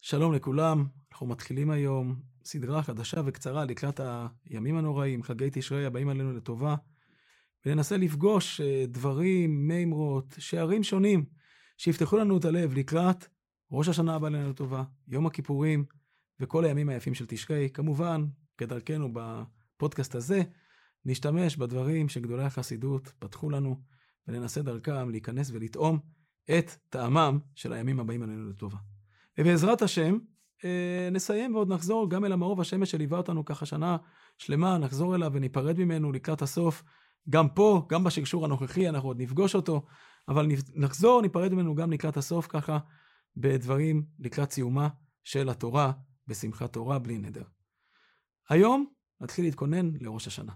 שלום לכולם, אנחנו מתחילים היום סדרה חדשה וקצרה לקראת הימים הנוראים, חגי תשרי הבאים עלינו לטובה, וננסה לפגוש דברים, מימרות, שערים שונים שיפתחו לנו את הלב לקראת ראש השנה הבא עלינו לטובה, יום הכיפורים וכל הימים היפים של תשרי. כמובן, כדרכנו בפודקאסט הזה, נשתמש בדברים שגדולי החסידות פתחו לנו, וננסה דרכם להיכנס ולטעום את טעמם של הימים הבאים עלינו לטובה. ובעזרת השם, נסיים ועוד נחזור גם אל המאור והשמש שליווה אותנו ככה שנה שלמה, נחזור אליו וניפרד ממנו לקראת הסוף. גם פה, גם בשרשור הנוכחי, אנחנו עוד נפגוש אותו, אבל נחזור, ניפרד ממנו גם לקראת הסוף ככה, בדברים לקראת סיומה של התורה, בשמחת תורה בלי נדר. היום נתחיל להתכונן לראש השנה.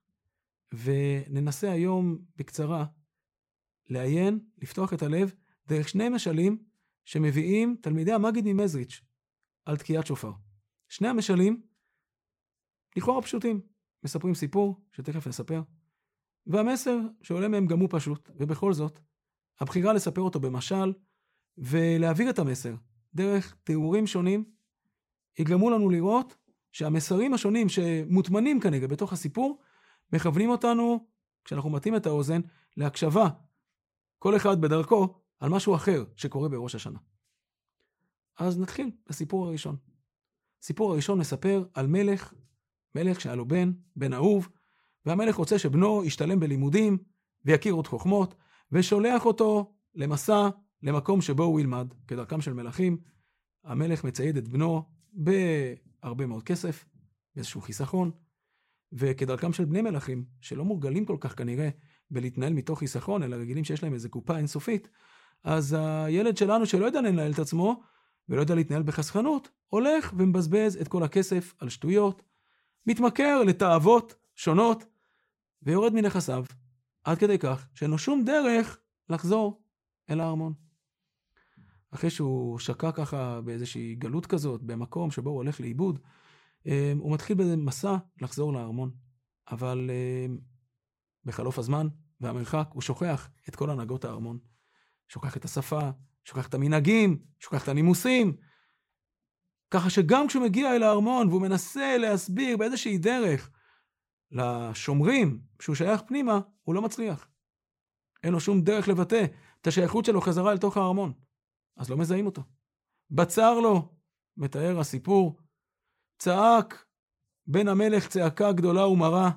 וננסה היום בקצרה לעיין, לפתוח את הלב, דרך שני משלים שמביאים תלמידי המגיד ממזריץ' על תקיעת שופר. שני המשלים, לכאורה פשוטים, מספרים סיפור שתכף נספר, והמסר שעולה מהם גם הוא פשוט, ובכל זאת, הבחירה לספר אותו במשל, ולהעביר את המסר דרך תיאורים שונים, יגרמו לנו לראות שהמסרים השונים שמוטמנים כנראה בתוך הסיפור, מכוונים אותנו, כשאנחנו מתאים את האוזן, להקשבה, כל אחד בדרכו, על משהו אחר שקורה בראש השנה. אז נתחיל בסיפור הראשון. סיפור הראשון מספר על מלך שהיה לו בן אהוב, והמלך רוצה שבנו ישתלם בלימודים, ויכיר עוד חוכמות, ושולח אותו למסע, למקום שבו הוא ילמד. כדרכם של מלכים, המלך מצייד את בנו בהרבה מאוד כסף, באיזשהו חיסכון, וכדרכם של בני מלכים, שלא מורגלים כל כך כנראה בלהתנהל מתוך חיסכון, אלא רגילים שיש להם איזו קופה אינסופית, אז הילד שלנו שלא יודע לנהל את עצמו, ולא יודע להתנהל בחסכנות, הולך ומבזבז את כל הכסף על שטויות, מתמכר לתאוות שונות, ויורד מנכסיו, עד כדי כך שאין לו שום דרך לחזור אל הארמון. אחרי שהוא שקע ככה באיזושהי גלות כזאת, במקום שבו הוא הולך לאיבוד, הוא מתחיל במסע לחזור לארמון. אבל בחלוף הזמן והמרחק הוא שוכח את כל הנהגות הארמון. שוכח את השפה, שוכח את המנהגים, שוכח את הנימוסים. ככה שגם כשהוא מגיע אל הארמון והוא מנסה להסביר באיזושהי דרך לשומרים שהוא שייך פנימה, הוא לא מצליח. אין לו שום דרך לבטא את השייכות שלו חזרה אל תוך הארמון. אז לא מזהים אותו. בצר לו, מתאר הסיפור, צעק בן המלך צעקה גדולה ומרה.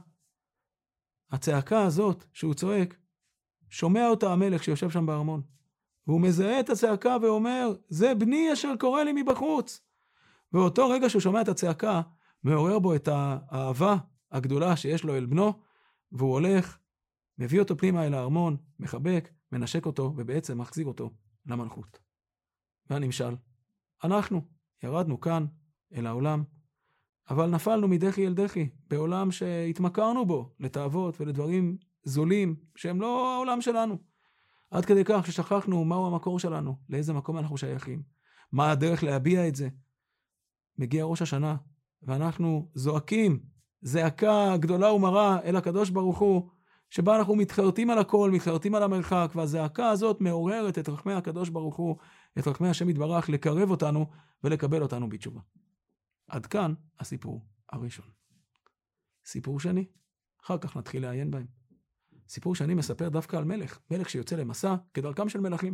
הצעקה הזאת שהוא צועק, שומע אותה המלך שיושב שם בארמון. והוא מזהה את הצעקה ואומר, זה בני אשר קורא לי מבחוץ. ואותו רגע שהוא שומע את הצעקה, מעורר בו את האהבה הגדולה שיש לו אל בנו, והוא הולך, מביא אותו פנימה אל הארמון, מחבק, מנשק אותו, ובעצם מחזיר אותו למלכות. והנמשל, אנחנו ירדנו כאן אל העולם, אבל נפלנו מדחי אל דחי, בעולם שהתמכרנו בו לתאוות ולדברים זולים, שהם לא העולם שלנו. עד כדי כך ששכחנו מהו המקור שלנו, לאיזה מקום אנחנו שייכים, מה הדרך להביע את זה. מגיע ראש השנה, ואנחנו זועקים, זעקה גדולה ומרה אל הקדוש ברוך הוא, שבה אנחנו מתחרטים על הכל, מתחרטים על המרחק, והזעקה הזאת מעוררת את רחמי הקדוש ברוך הוא, את רחמי השם יתברך, לקרב אותנו ולקבל אותנו בתשובה. עד כאן הסיפור הראשון. סיפור שני, אחר כך נתחיל לעיין בהם. סיפור שני מספר דווקא על מלך שיוצא למסע כדרכם של מלכים.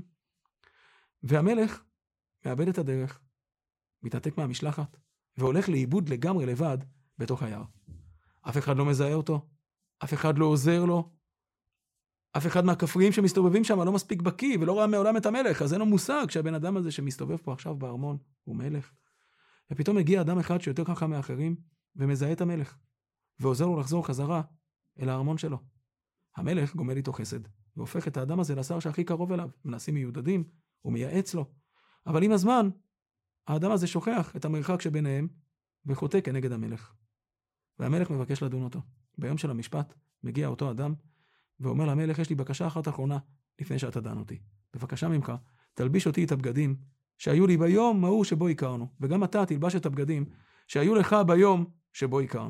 והמלך מאבד את הדרך, מתעתק מהמשלחת, והולך לאיבוד לגמרי לבד בתוך היער. אף אחד לא מזהה אותו, אף אחד לא עוזר לו, אף אחד מהכפריים שמסתובבים שם לא מספיק בקיא ולא ראה מעולם את המלך, אז אין לו מושג שהבן אדם הזה שמסתובב פה עכשיו בארמון הוא מלך. ופתאום מגיע אדם אחד שיותר חכם מאחרים ומזהה את המלך, ועוזר לו לחזור חזרה אל הארמון שלו. המלך גומל איתו חסד, והופך את האדם הזה לשר שהכי קרוב אליו, מנסים מיודדים, הוא מייעץ לו. אבל עם הזמן, האדם הזה שוכח את המרחק שביניהם, וחוטא כנגד המלך. והמלך מבקש לדון אותו. ביום של המשפט, מגיע אותו אדם, ואומר למלך, יש לי בקשה אחת אחרונה, לפני שאתה דן אותי. בבקשה ממך, תלביש אותי את הבגדים, שהיו לי ביום ההוא שבו הכרנו, וגם אתה תלבש את הבגדים, שהיו לך ביום שבו הכרנו.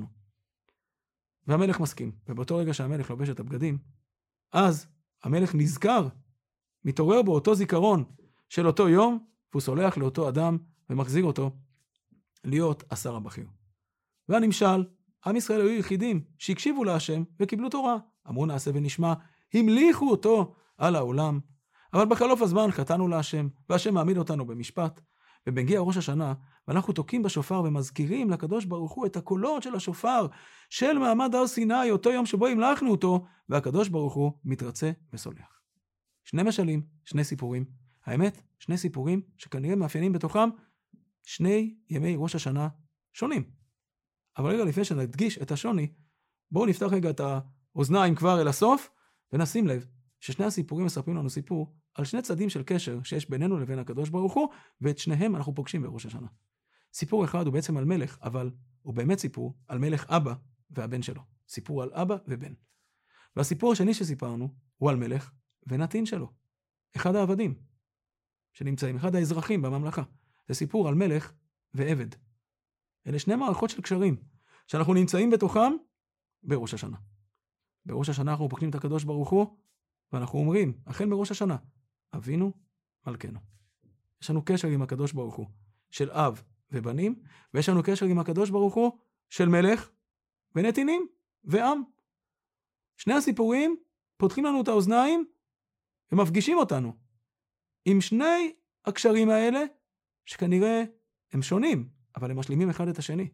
והמלך מסכים, ובאותו רגע שהמלך לובש את הבגדים, אז המלך נזכר, מתעורר בו אותו זיכרון של אותו יום, והוא סולח לאותו אדם ומחזיר אותו להיות השר הבכיר. והנמשל, עם ישראל היו יחידים שהקשיבו להשם וקיבלו תורה. אמרו נעשה ונשמע, המליכו אותו על העולם. אבל בחלוף הזמן חטאנו להשם, והשם מעמיד אותנו במשפט. ומגיע ראש השנה, ואנחנו תוקעים בשופר ומזכירים לקדוש ברוך הוא את הקולות של השופר של מעמד הר סיני, אותו יום שבו המלכנו אותו, והקדוש ברוך הוא מתרצה וסולח. שני משלים, שני סיפורים. האמת, שני סיפורים שכנראה מאפיינים בתוכם שני ימי ראש השנה שונים. אבל רגע לפני שנדגיש את השוני, בואו נפתח רגע את האוזניים כבר אל הסוף, ונשים לב ששני הסיפורים מספרים לנו סיפור על שני צדים של קשר שיש בינינו לבין הקדוש ברוך הוא, ואת שניהם אנחנו פוגשים בראש השנה. סיפור אחד הוא בעצם על מלך, אבל הוא באמת סיפור על מלך אבא והבן שלו. סיפור על אבא ובן. והסיפור השני שסיפרנו הוא על מלך ונתין שלו. אחד העבדים שנמצאים, אחד האזרחים בממלכה. זה סיפור על מלך ועבד. אלה שני מערכות של קשרים שאנחנו נמצאים בתוכם בראש השנה. בראש השנה אנחנו פוגשים את הקדוש ברוך הוא, ואנחנו אומרים, החל מראש השנה, אבינו מלכנו. יש לנו קשר עם הקדוש ברוך הוא של אב ובנים, ויש לנו קשר עם הקדוש ברוך הוא של מלך ונתינים ועם. שני הסיפורים פותחים לנו את האוזניים ומפגישים אותנו עם שני הקשרים האלה, שכנראה הם שונים, אבל הם משלימים אחד את השני.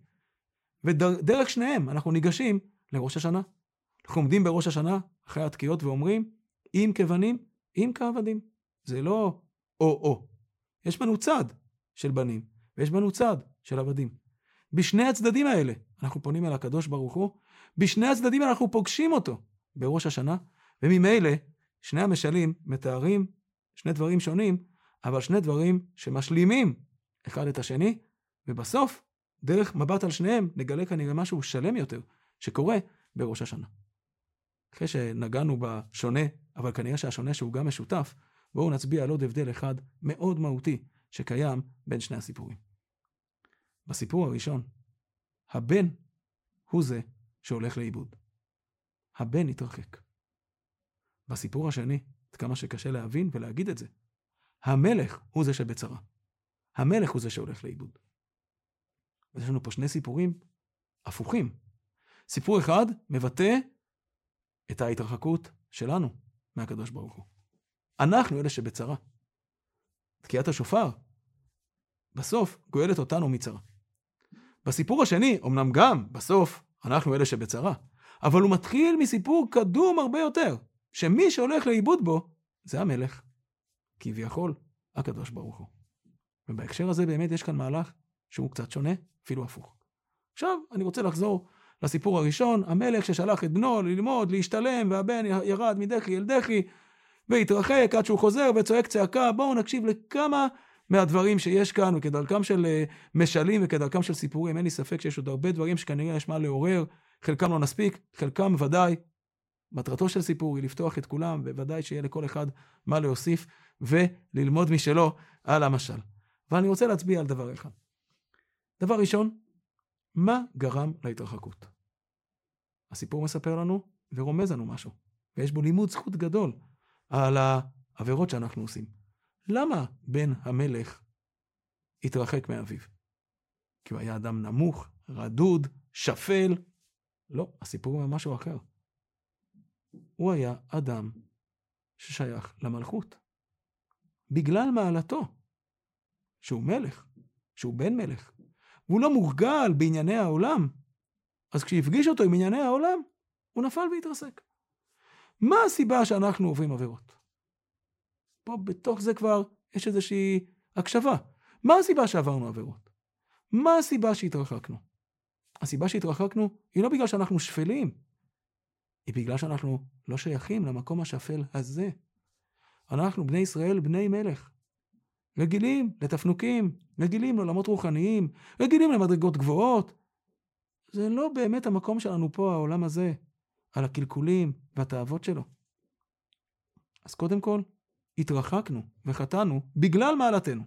ודרך שניהם אנחנו ניגשים לראש השנה. אנחנו עומדים בראש השנה אחרי התקיעות ואומרים, אם כבנים, אם כעבדים. זה לא או. יש בנו צד של בנים, ויש בנו צד של עבדים. בשני הצדדים האלה אנחנו פונים אל הקדוש ברוך הוא, בשני הצדדים אנחנו פוגשים אותו בראש השנה, וממילא שני המשלים מתארים שני דברים שונים, אבל שני דברים שמשלימים אחד את השני, ובסוף, דרך מבט על שניהם, נגלה כנראה משהו שלם יותר, שקורה בראש השנה. אחרי שנגענו בשונה, אבל כנראה שהשונה שהוא גם משותף, בואו נצביע על עוד הבדל אחד מאוד מהותי, שקיים בין שני הסיפורים. בסיפור הראשון, הבן הוא זה שהולך לאיבוד. הבן התרחק. בסיפור השני, עד כמה שקשה להבין ולהגיד את זה, המלך הוא זה שבצרה. המלך הוא זה שהולך לאיבוד. ויש לנו פה שני סיפורים הפוכים. סיפור אחד מבטא את ההתרחקות שלנו מהקדוש ברוך הוא. אנחנו אלה שבצרה. תקיעת השופר בסוף גואלת אותנו מצרה. בסיפור השני, אמנם גם בסוף אנחנו אלה שבצרה, אבל הוא מתחיל מסיפור קדום הרבה יותר, שמי שהולך לאיבוד בו זה המלך, כביכול הקדוש ברוך הוא. ובהקשר הזה באמת יש כאן מהלך שהוא קצת שונה, אפילו הפוך. עכשיו אני רוצה לחזור לסיפור הראשון, המלך ששלח את בנו ללמוד, להשתלם, והבן ירד מדחי אל דחי, והתרחק עד שהוא חוזר וצועק צעקה. בואו נקשיב לכמה מהדברים שיש כאן, וכדרכם של משלים וכדרכם של סיפורים. אין לי ספק שיש עוד הרבה דברים שכנראה יש מה לעורר, חלקם לא נספיק, חלקם ודאי. מטרתו של סיפור היא לפתוח את כולם, וודאי שיהיה לכל אחד מה להוסיף וללמוד משלו על המשל. אבל אני רוצה להצביע על דבר אחד. דבר ראשון, מה גרם להתרחקות? הסיפור מספר לנו ורומז לנו משהו, ויש בו לימוד זכות גדול על העבירות שאנחנו עושים. למה בן המלך התרחק מאביו? כי הוא היה אדם נמוך, רדוד, שפל? לא, הסיפור הוא משהו אחר. הוא היה אדם ששייך למלכות. בגלל מעלתו, שהוא מלך, שהוא בן מלך, והוא לא מורגל בענייני העולם, אז כשהפגיש אותו עם ענייני העולם, הוא נפל והתרסק. מה הסיבה שאנחנו עוברים עבירות? פה בתוך זה כבר יש איזושהי הקשבה. מה הסיבה שעברנו עבירות? מה הסיבה שהתרחקנו? הסיבה שהתרחקנו היא לא בגלל שאנחנו שפלים, היא בגלל שאנחנו לא שייכים למקום השפל הזה. אנחנו בני ישראל, בני מלך. רגילים לתפנוקים, רגילים לעולמות רוחניים, רגילים למדרגות גבוהות. זה לא באמת המקום שלנו פה, העולם הזה, על הקלקולים והתאוות שלו. אז קודם כל, התרחקנו וחטאנו בגלל מעלתנו.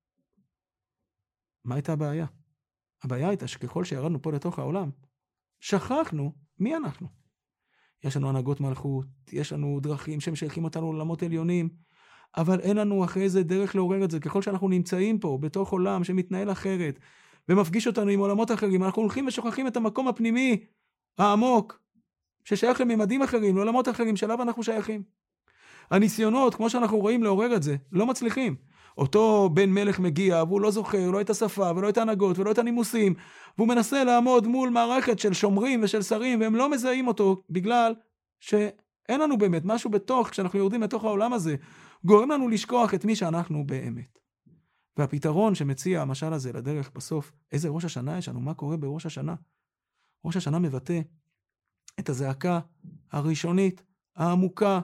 מה הייתה הבעיה? הבעיה הייתה שככל שירדנו פה לתוך העולם, שכחנו מי אנחנו. יש לנו הנהגות מלכות, יש לנו דרכים שמשייכים אותנו לעולמות עליונים, אבל אין לנו אחרי זה דרך לעורר את זה. ככל שאנחנו נמצאים פה, בתוך עולם שמתנהל אחרת, ומפגיש אותנו עם עולמות אחרים, אנחנו הולכים ושוכחים את המקום הפנימי, העמוק, ששייך לממדים אחרים, לעולמות אחרים, שאליו אנחנו שייכים. הניסיונות, כמו שאנחנו רואים לעורר את זה, לא מצליחים. אותו בן מלך מגיע, והוא לא זוכר, לא את השפה, ולא את ההנהגות, ולא את הנימוסים, והוא מנסה לעמוד מול מערכת של שומרים ושל שרים, והם לא מזהים אותו, בגלל שאין לנו באמת משהו בתוך, כשאנחנו יורדים לתוך העולם הזה, גורם לנו לשכוח את מי שאנחנו באמת. והפתרון שמציע המשל הזה לדרך בסוף, איזה ראש השנה יש לנו, מה קורה בראש השנה? ראש השנה מבטא את הזעקה הראשונית, העמוקה,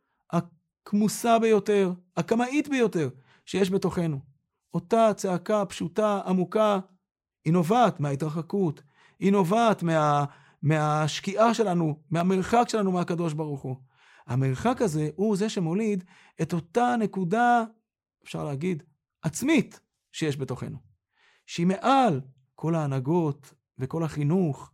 הכמוסה ביותר, הקמאית ביותר, שיש בתוכנו. אותה צעקה פשוטה, עמוקה, היא נובעת מההתרחקות, היא נובעת מהשקיעה שלנו, מהמרחק שלנו מהקדוש ברוך הוא. המרחק הזה הוא זה שמוליד את אותה נקודה, אפשר להגיד, עצמית שיש בתוכנו. שהיא מעל כל ההנהגות וכל החינוך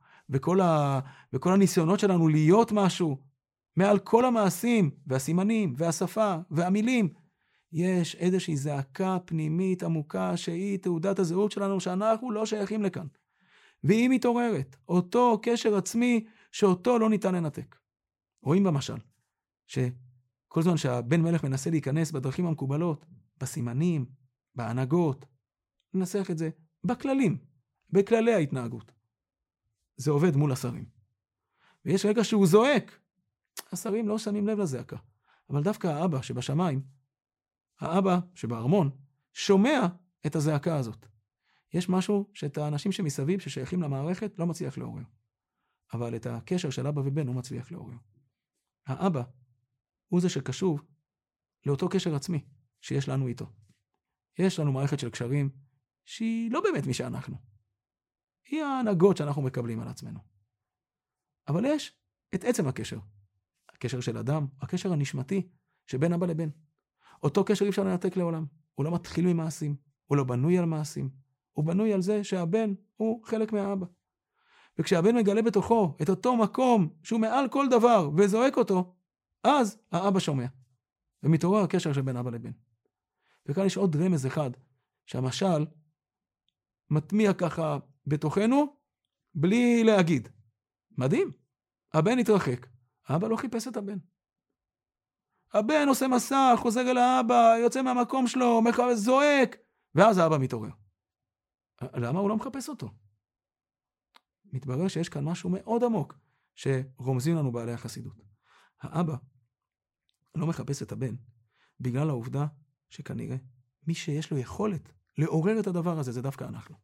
וכל הניסיונות שלנו להיות משהו, מעל כל המעשים והסימנים והשפה והמילים, יש איזושהי זעקה פנימית עמוקה שהיא תעודת הזהות שלנו שאנחנו לא שייכים לכאן. והיא מתעוררת, אותו קשר עצמי שאותו לא ניתן לנתק. רואים במשל, שכל זמן שהבן מלך מנסה להיכנס בדרכים המקובלות, בסימנים, בהנהגות, ננסח את זה בכללים, בכללי ההתנהגות. זה עובד מול השרים. ויש רגע שהוא זועק, השרים לא שמים לב לזעקה. אבל דווקא האבא שבשמיים, האבא שבארמון, שומע את הזעקה הזאת. יש משהו שאת האנשים שמסביב ששייכים למערכת לא מצליח לעורר. אבל את הקשר של אבא ובן הוא מצליח לעורר. האבא הוא זה שקשוב לאותו קשר עצמי שיש לנו איתו. יש לנו מערכת של קשרים שהיא לא באמת מי שאנחנו. היא ההנהגות שאנחנו מקבלים על עצמנו. אבל יש את עצם הקשר. הקשר של אדם, הקשר הנשמתי שבין אבא לבן. אותו קשר אי אפשר לנתק לעולם. הוא לא מתחיל ממעשים, הוא לא בנוי על מעשים. הוא בנוי על זה שהבן הוא חלק מהאבא. וכשהבן מגלה בתוכו את אותו מקום שהוא מעל כל דבר וזועק אותו, אז האבא שומע. ומתעורר הקשר של בין אבא לבן. וכאן יש עוד רמז אחד, שהמשל מטמיע ככה בתוכנו, בלי להגיד. מדהים. הבן התרחק. האבא לא חיפש את הבן. הבן עושה מסע, חוזר אל האבא, יוצא מהמקום שלו, זועק, ואז האבא מתעורר. למה הוא לא מחפש אותו? מתברר שיש כאן משהו מאוד עמוק, שרומזים לנו בעלי החסידות. האבא לא מחפש את הבן, בגלל העובדה שכנראה מי שיש לו יכולת לעורר את הדבר הזה, זה דווקא אנחנו.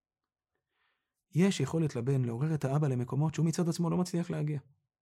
יש יכולת לבן לעורר את האבא למקומות שהוא מצד עצמו לא מצליח להגיע.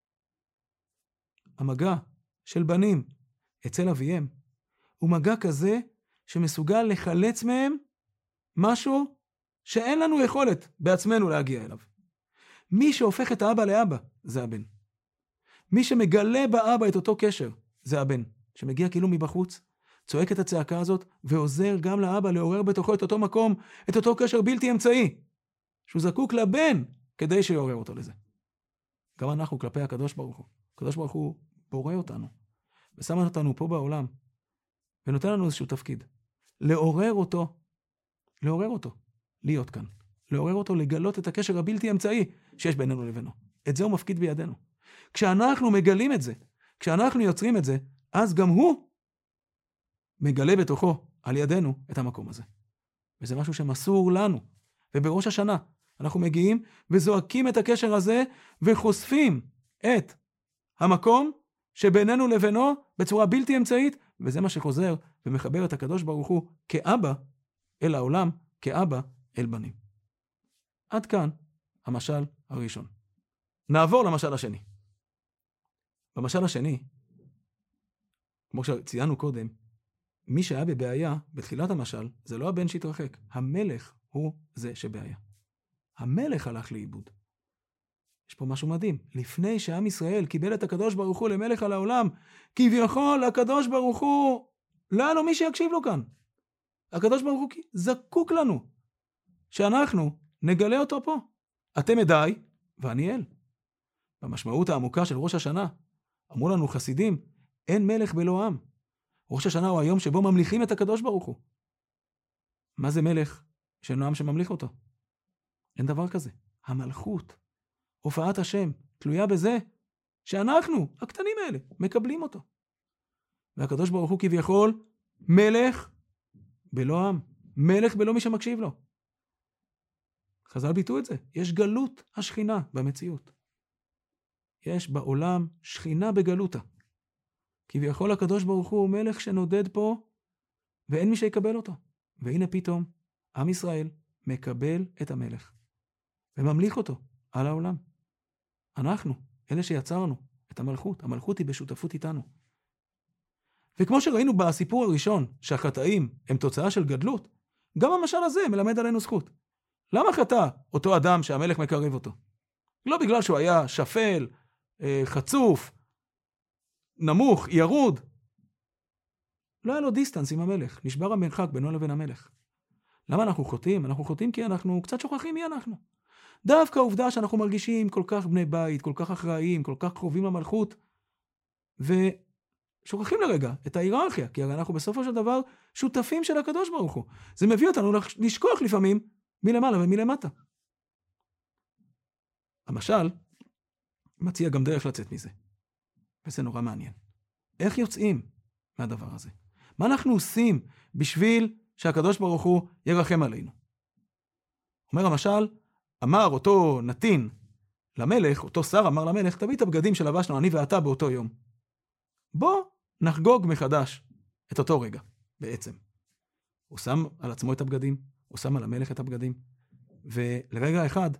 המגע של בנים אצל אביהם הוא מגע כזה שמסוגל לחלץ מהם משהו שאין לנו יכולת בעצמנו להגיע אליו. מי שהופך את האבא לאבא זה הבן. מי שמגלה באבא את אותו קשר זה הבן, שמגיע כאילו מבחוץ, צועק את הצעקה הזאת ועוזר גם לאבא לעורר בתוכו את אותו מקום, את אותו קשר בלתי אמצעי, שהוא זקוק לבן כדי שיעורר אותו לזה. גם אנחנו כלפי הקדוש ברוך הוא. הקדוש ברוך הוא בורא אותנו, ושם אותנו פה בעולם, ונותן לנו איזשהו תפקיד. לעורר אותו, להיות כאן. לעורר אותו, לגלות את הקשר הבלתי אמצעי שיש בינינו לבינו. את זה הוא מפקיד בידינו. כשאנחנו מגלים את זה, כשאנחנו יוצרים את זה, אז גם הוא מגלה בתוכו, על ידינו, את המקום הזה. וזה משהו שמסור לנו. ובראש השנה אנחנו מגיעים וזועקים את הקשר הזה, וחושפים את המקום שבינינו לבינו בצורה בלתי אמצעית, וזה מה שחוזר ומחבר את הקדוש ברוך הוא כאבא אל העולם, כאבא אל בנים. עד כאן המשל הראשון. נעבור למשל השני. במשל השני, כמו שציינו קודם, מי שהיה בבעיה בתחילת המשל, זה לא הבן שהתרחק. המלך הוא זה שבעיה. המלך הלך לאיבוד. יש פה משהו מדהים. לפני שעם ישראל קיבל את הקדוש ברוך הוא למלך על העולם, כביכול הקדוש ברוך הוא, לא היה לו מי שיקשיב לו כאן. הקדוש ברוך הוא זקוק לנו, שאנחנו נגלה אותו פה. אתם עדיי ואני אל. במשמעות העמוקה של ראש השנה, אמרו לנו חסידים, אין מלך בלא עם. ראש השנה הוא היום שבו ממליכים את הקדוש ברוך הוא. מה זה מלך שאינו עם שממליך אותו? אין דבר כזה. המלכות, הופעת השם, תלויה בזה שאנחנו, הקטנים האלה, מקבלים אותו. והקדוש ברוך הוא כביכול מלך בלא עם, מלך בלא מי שמקשיב לו. חז"ל ביטאו את זה. יש גלות השכינה במציאות. יש בעולם שכינה בגלותה. כביכול הקדוש ברוך הוא מלך שנודד פה, ואין מי שיקבל אותו. והנה פתאום, עם ישראל מקבל את המלך, וממליך אותו על העולם. אנחנו, אלה שיצרנו את המלכות, המלכות היא בשותפות איתנו. וכמו שראינו בסיפור הראשון, שהחטאים הם תוצאה של גדלות, גם המשל הזה מלמד עלינו זכות. למה חטא אותו אדם שהמלך מקרב אותו? לא בגלל שהוא היה שפל, חצוף, נמוך, ירוד. לא היה לו דיסטנס עם המלך, נשבר המרחק בינו לבין המלך. למה אנחנו חוטאים? אנחנו חוטאים כי אנחנו קצת שוכחים מי אנחנו. דווקא העובדה שאנחנו מרגישים כל כך בני בית, כל כך אחראיים, כל כך קרובים למלכות, ושוכחים לרגע את ההיררכיה, כי הרי אנחנו בסופו של דבר שותפים של הקדוש ברוך הוא. זה מביא אותנו לשכוח לפעמים מלמעלה ומלמטה. המשל מציע גם דרך לצאת מזה. וזה נורא מעניין. איך יוצאים מהדבר הזה? מה אנחנו עושים בשביל שהקדוש ברוך הוא ירחם עלינו? אומר המשל, אמר אותו נתין למלך, אותו שר אמר למלך, תביא את הבגדים שלבשנו אני ואתה באותו יום. בוא נחגוג מחדש את אותו רגע, בעצם. הוא שם על עצמו את הבגדים, הוא שם על המלך את הבגדים, ולרגע אחד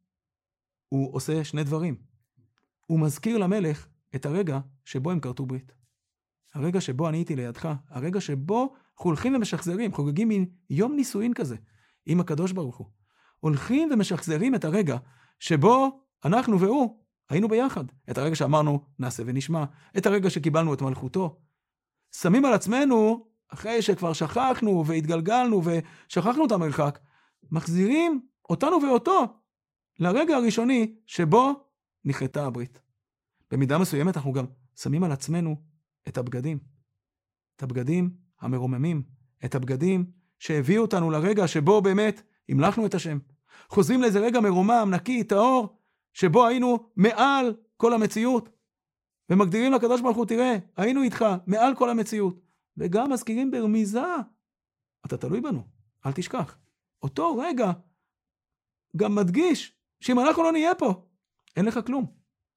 הוא עושה שני דברים. הוא מזכיר למלך את הרגע שבו הם כרתו ברית. הרגע שבו אני הייתי לידך, הרגע שבו הולכים ומשחזרים, חוגגים מין יום נישואין כזה, עם הקדוש ברוך הוא. הולכים ומשחזרים את הרגע שבו אנחנו והוא היינו ביחד. את הרגע שאמרנו נעשה ונשמע, את הרגע שקיבלנו את מלכותו. שמים על עצמנו, אחרי שכבר שכחנו והתגלגלנו ושכחנו את המרחק, מחזירים אותנו ואותו לרגע הראשוני שבו נחרתה הברית. במידה מסוימת אנחנו גם שמים על עצמנו את הבגדים. את הבגדים המרוממים, את הבגדים שהביאו אותנו לרגע שבו באמת המלכנו את השם. חוזרים לאיזה רגע מרומם, נקי, טהור, שבו היינו מעל כל המציאות. ומגדירים לקדוש ברוך הוא, תראה, היינו איתך מעל כל המציאות. וגם מזכירים ברמיזה, אתה תלוי בנו, אל תשכח. אותו רגע גם מדגיש שאם אנחנו לא נהיה פה, אין לך כלום.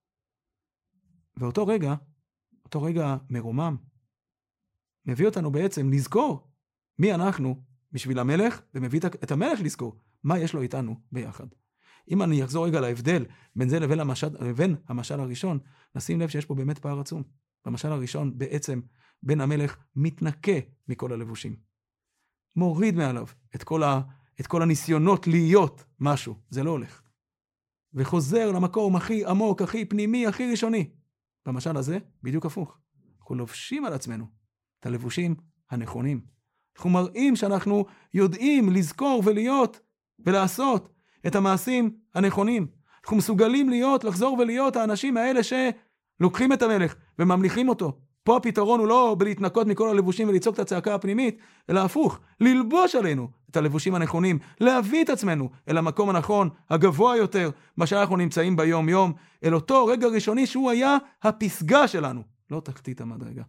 ואותו רגע, אותו רגע מרומם, מביא אותנו בעצם לזכור מי אנחנו בשביל המלך, ומביא את המלך לזכור מה יש לו איתנו ביחד. אם אני אחזור רגע להבדל בין זה לבין המשל הראשון, נשים לב שיש פה באמת פער עצום. במשל הראשון בעצם בן המלך מתנקה מכל הלבושים. מוריד מעליו את כל הניסיונות להיות משהו. זה לא הולך. וחוזר למקום הכי עמוק, הכי פנימי, הכי ראשוני. במשל הזה בדיוק הפוך. אנחנו לובשים על עצמנו את הלבושים הנכונים. אנחנו מראים שאנחנו יודעים לזכור ולהיות ולעשות את המעשים הנכונים. אנחנו מסוגלים לחזור ולהיות האנשים האלה שלוקחים את המלך וממליכים אותו. פה הפתרון הוא לא בלהתנקות מכל הלבושים וליצוק את הצעקה הפנימית, אלא הפוך, ללבוש עלינו את הלבושים הנכונים, להביא את עצמנו אל המקום הנכון, הגבוה יותר, מה שאנחנו נמצאים ביום יום, אל אותו רגע ראשוני שהוא היה הפסגה שלנו, לא תחתית המדרגה.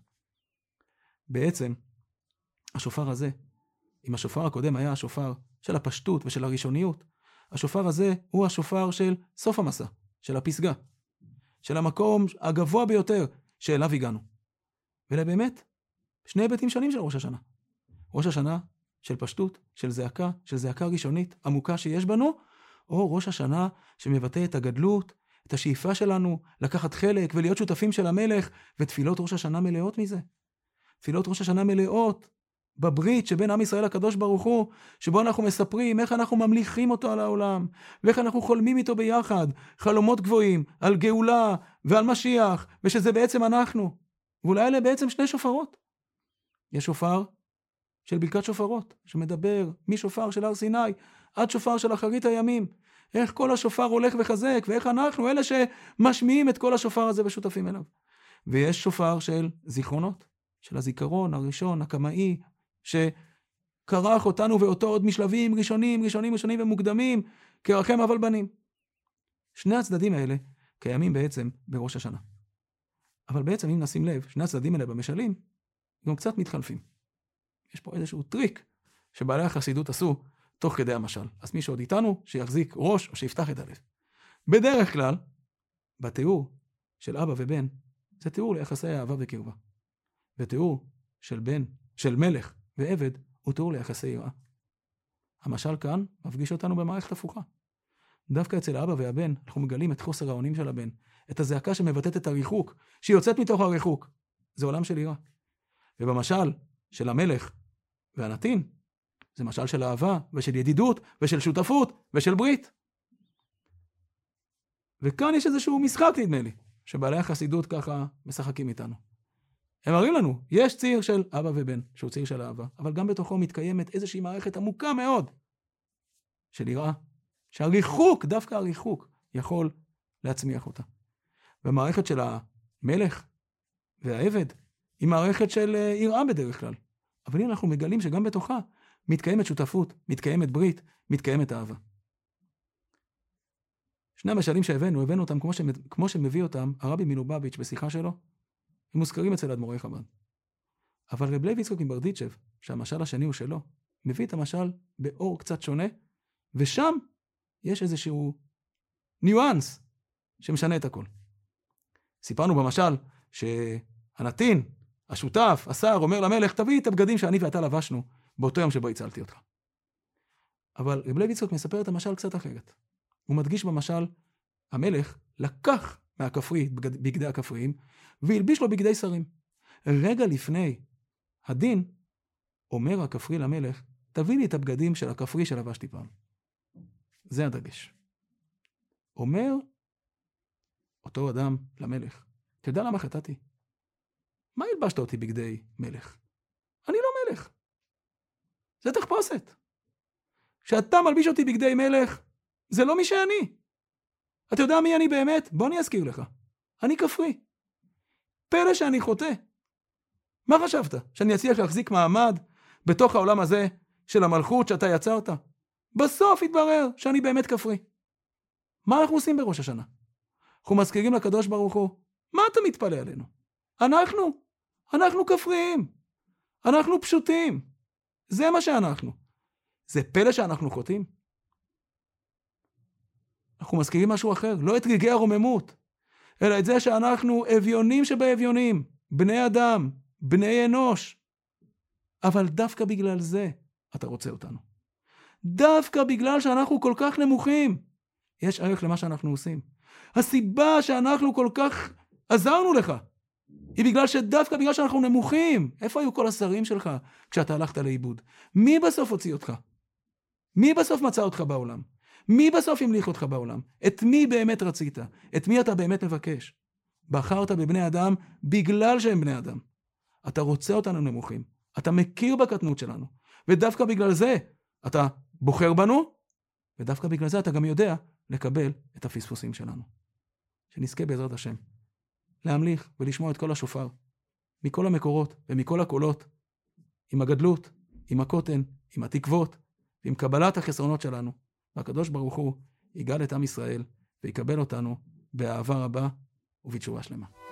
בעצם, השופר הזה, אם השופר הקודם היה השופר של הפשטות ושל הראשוניות, השופר הזה הוא השופר של סוף המסע, של הפסגה, של המקום הגבוה ביותר שאליו הגענו. ולבאמת, שני היבטים שונים של ראש השנה. ראש השנה של פשטות, של זעקה ראשונית, עמוקה שיש בנו, או ראש השנה שמבטא את הגדלות, את השאיפה שלנו, לקחת חלק ולהיות שותפים של המלך, ותפילות ראש השנה מלאות מזה. תפילות ראש השנה מלאות בברית שבין עם ישראל לקדוש ברוך הוא, שבו אנחנו מספרים איך אנחנו ממליכים אותו על העולם, ואיך אנחנו חולמים איתו ביחד, חלומות גבוהים, על גאולה ועל משיח, ושזה בעצם אנחנו. ואולי אלה בעצם שני שופרות. יש שופר של ברכת שופרות, שמדבר משופר של הר סיני, עד שופר של אחרית הימים. איך כל השופר הולך וחזק, ואיך אנחנו אלה שמשמיעים את כל השופר הזה ושותפים אליו. ויש שופר של זיכרונות, של הזיכרון הראשון, הקמאי, שקרח אותנו ואותו עוד משלבים ראשונים ומוקדמים, כרחם אבל בנים. שני הצדדים האלה קיימים בעצם בראש השנה. אבל בעצם אם נשים לב, שני הצדדים האלה במשלים, גם קצת מתחלפים. יש פה איזשהו טריק שבעלי החסידות עשו תוך כדי המשל. אז מי שעוד איתנו, שיחזיק ראש או שיפתח את הלב. בדרך כלל, בתיאור של אבא ובן, זה תיאור ליחסי אהבה וקרבה. ותיאור של מלך ועבד, הוא תיאור ליחסי יראה. המשל כאן מפגיש אותנו במערכת הפוכה. דווקא אצל האבא והבן, אנחנו מגלים את חוסר האונים של הבן, את הזעקה שמבטאת את הריחוק, שהיא יוצאת מתוך הריחוק. זה עולם של יראה. ובמשל של המלך והנתין, זה משל של אהבה ושל ידידות ושל שותפות ושל ברית. וכאן יש איזשהו משחק, נדמה לי, שבעלי החסידות ככה משחקים איתנו. הם מראים לנו, יש ציר של אבא ובן, שהוא ציר של אהבה, אבל גם בתוכו מתקיימת איזושהי מערכת עמוקה מאוד של יראה, שהריחוק, דווקא הריחוק, יכול להצמיח אותה. והמערכת של המלך והעבד היא מערכת של יראה בדרך כלל. אבל הנה אנחנו מגלים שגם בתוכה מתקיימת שותפות, מתקיימת ברית, מתקיימת אהבה. שני המשלים שהבאנו אותם כמו שמביא אותם הרבי מלובביץ' בשיחה שלו, הם מוזכרים אצל אדמו"רי חב"ד. אבל רב לוי יצחק מברדיצ'ב, שהמשל השני הוא שלו, מביא את המשל באור קצת שונה, ושם יש איזשהו ניואנס שמשנה את הכל. סיפרנו במשל שהנתין, השותף, השר, אומר למלך, תביא את הבגדים שאני ואתה לבשנו באותו יום שבו הצלתי אותך. אבל רב לוי יצחק מספר את המשל קצת אחרת. הוא מדגיש במשל, המלך לקח מהכפרי, בגדי הכפריים, והלביש לו בגדי שרים. רגע לפני הדין, אומר הכפרי למלך, תביא לי את הבגדים של הכפרי שלבשתי פעם. זה הדגש. אומר אותו אדם למלך, אתה יודע למה חטאתי? מה הלבשת אותי בגדי מלך? אני לא מלך. זה תחפושת. כשאתה מלביש אותי בגדי מלך, זה לא מי שאני. אתה יודע מי אני באמת? בוא אני אזכיר לך. אני כפרי. פלא שאני חוטא. מה חשבת? שאני אצליח להחזיק מעמד בתוך העולם הזה של המלכות שאתה יצרת? בסוף יתברר שאני באמת כפרי. מה אנחנו עושים בראש השנה? אנחנו מזכירים לקדוש ברוך הוא. מה אתה מתפלא עלינו? אנחנו כפריים. אנחנו פשוטים. זה מה שאנחנו. זה פלא שאנחנו חוטאים. אנחנו מזכירים משהו אחר, לא את רגעי הרוממות, אלא את זה שאנחנו אביונים שבאביונים, בני אדם, בני אנוש. אבל דווקא בגלל זה אתה רוצה אותנו. דווקא בגלל שאנחנו כל כך נמוכים, יש ערך למה שאנחנו עושים. הסיבה שאנחנו כל כך עזרנו לך, היא דווקא בגלל שאנחנו נמוכים. איפה היו כל השרים שלך כשאתה הלכת לאיבוד? מי בסוף הוציא אותך? מי בסוף מצא אותך בעולם? מי בסוף המליך אותך בעולם? את מי באמת רצית? את מי אתה באמת מבקש? בחרת בבני אדם בגלל שהם בני אדם. אתה רוצה אותנו נמוכים. אתה מכיר בקטנות שלנו. ודווקא בגלל זה אתה בוחר בנו, ודווקא בגלל זה אתה גם יודע לקבל את הפספוסים שלנו. שנזכה בעזרת השם להמליך ולשמוע את כל השופר, מכל המקורות ומכל הקולות, עם הגדלות, עם הקוטן, עם התקוות, ועם קבלת החסרונות שלנו. והקדוש ברוך הוא יגאל את עם ישראל ויקבל אותנו באהבה רבה ובתשובה שלמה.